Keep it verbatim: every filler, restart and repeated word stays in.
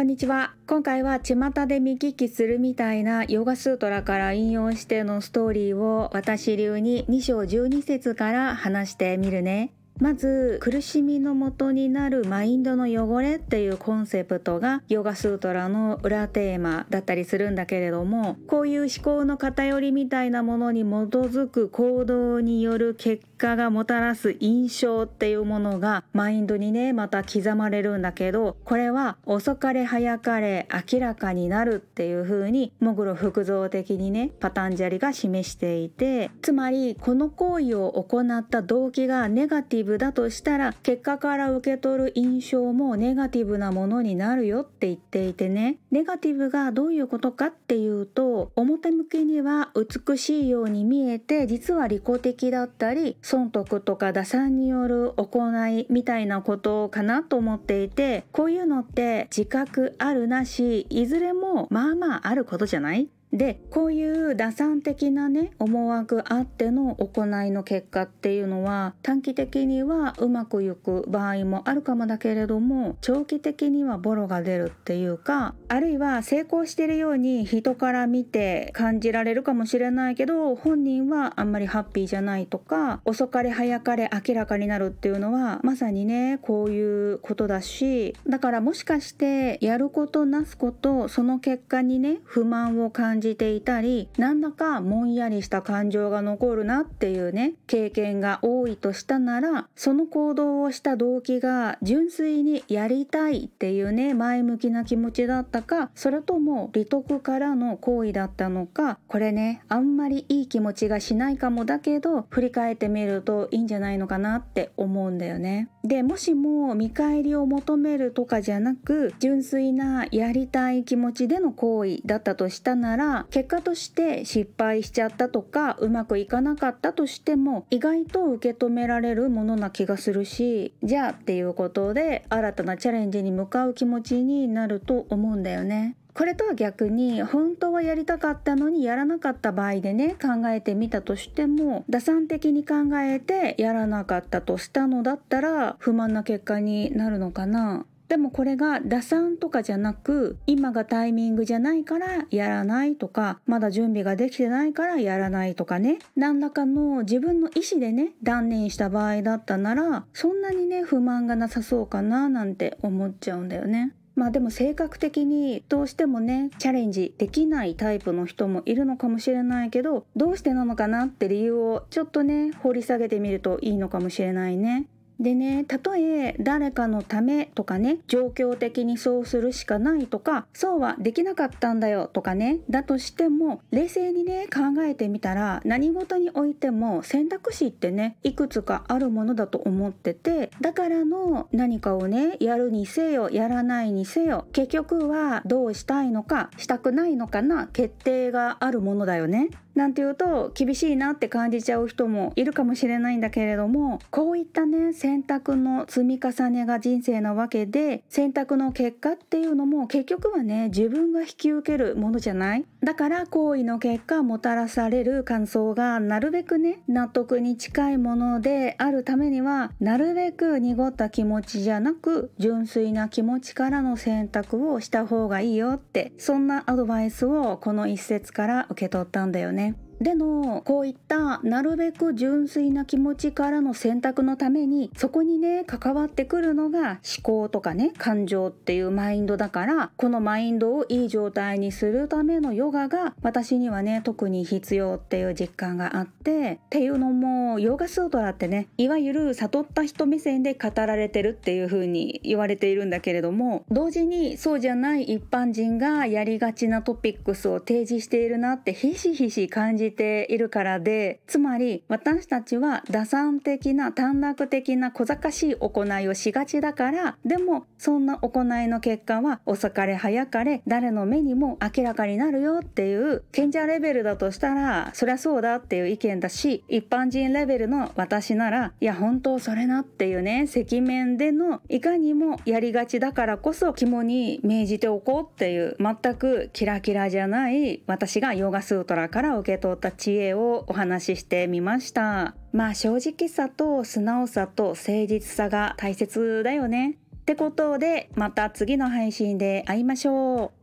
んにちは。今回は巷で見聞きするみたいなヨガスートラから引用してのストーリーを私流にに章じゅうに節から話してみるね。まず苦しみの元になるマインドの汚れっていうコンセプトがヨガスートラの裏テーマだったりするんだけれども、こういう思考の偏りみたいなものに基づく行動による結果がもたらす印象っていうものがマインドにねまた刻まれるんだけど、これは遅かれ早かれ明らかになるっていう風にモグロ複造的にねパタンジャリが示していて、つまりこの行為を行った動機がネガティブだとしたら結果から受け取る印象もネガティブなものになるよって言っていてね、ネガティブがどういうことかっていうと、表向きには美しいように見えて実は利己的だったり損得とか打算による行いみたいなことかなと思っていて、こういうのって自覚あるなしいずれもまあまああることじゃない？で、こういう打算的なね思惑あっての行いの結果っていうのは短期的にはうまくいく場合もあるかもだけれども、長期的にはボロが出るっていうか、あるいは成功してるように人から見て感じられるかもしれないけど本人はあんまりハッピーじゃないとか、遅かれ早かれ明らかになるっていうのはまさにねこういうことだし、だからもしかしてやることなすことその結果にね不満を感じていたり、なんだかもんやりした感情が残るなっていうね経験が多いとしたなら、その行動をした動機が純粋にやりたいっていうね前向きな気持ちだったか、それとも利得からの行為だったのか、これねあんまりいい気持ちがしないかもだけど振り返ってみるといいんじゃないのかなって思うんだよね。で、もしも見返りを求めるとかじゃなく純粋なやりたい気持ちでの行為だったとしたなら、結果として失敗しちゃったとかうまくいかなかったとしても意外と受け止められるものな気がするし、じゃあっていうことで新たなチャレンジに向かう気持ちになると思うんだよね。これとは逆に本当はやりたかったのにやらなかった場合でね考えてみたとしても、打算的に考えてやらなかったとしたのだったら不満な結果になるのかな。でもこれが打算とかじゃなく、今がタイミングじゃないからやらないとか、まだ準備ができてないからやらないとかね、何らかの自分の意思でね断念した場合だったならそんなにね不満がなさそうかななんて思っちゃうんだよね。まあでも性格的にどうしてもねチャレンジできないタイプの人もいるのかもしれないけど、どうしてなのかなって理由をちょっとね掘り下げてみるといいのかもしれないね。でね、たとえ誰かのためとかね、状況的にそうするしかないとか、そうはできなかったんだよとかね、だとしても冷静にね考えてみたら、何事においても選択肢ってねいくつかあるものだと思ってて、だからの何かをねやるにせよやらないにせよ、結局はどうしたいのかしたくないのかな決定があるものだよね。なんていうと厳しいなって感じちゃう人もいるかもしれないんだけれども、こういったね選択の積み重ねが人生なわけで、選択の結果っていうのも結局はね自分が引き受けるものじゃない。だから行為の結果もたらされる感想がなるべくね納得に近いものであるためには、なるべく濁った気持ちじゃなく純粋な気持ちからの選択をした方がいいよって、そんなアドバイスをこの一節から受け取ったんだよね。でもこういったなるべく純粋な気持ちからの選択のために、そこにね関わってくるのが思考とかね感情っていうマインドだから、このマインドをいい状態にするためのヨガが私にはね特に必要っていう実感があって、っていうのもヨガスートラってねいわゆる悟った人目線で語られてるっていう風に言われているんだけれども、同時にそうじゃない一般人がやりがちなトピックスを提示しているなってひしひし感じているからで、つまり私たちは打算的な短絡的な小賢しい行いをしがちだから、でもそんな行いの結果は遅かれ早かれ誰の目にも明らかになるよっていう賢者レベルだとしたらそりゃそうだっていう意見だし、一般人レベルの私ならいや本当それなっていうね赤面でのいかにもやりがちだからこそ肝に銘じておこうっていう全くキラキラじゃない私がヨガスートラから受け取った知恵をお話ししてみました。まあ正直さと素直さと誠実さが大切だよね。 ってことで、また次の配信で会いましょう。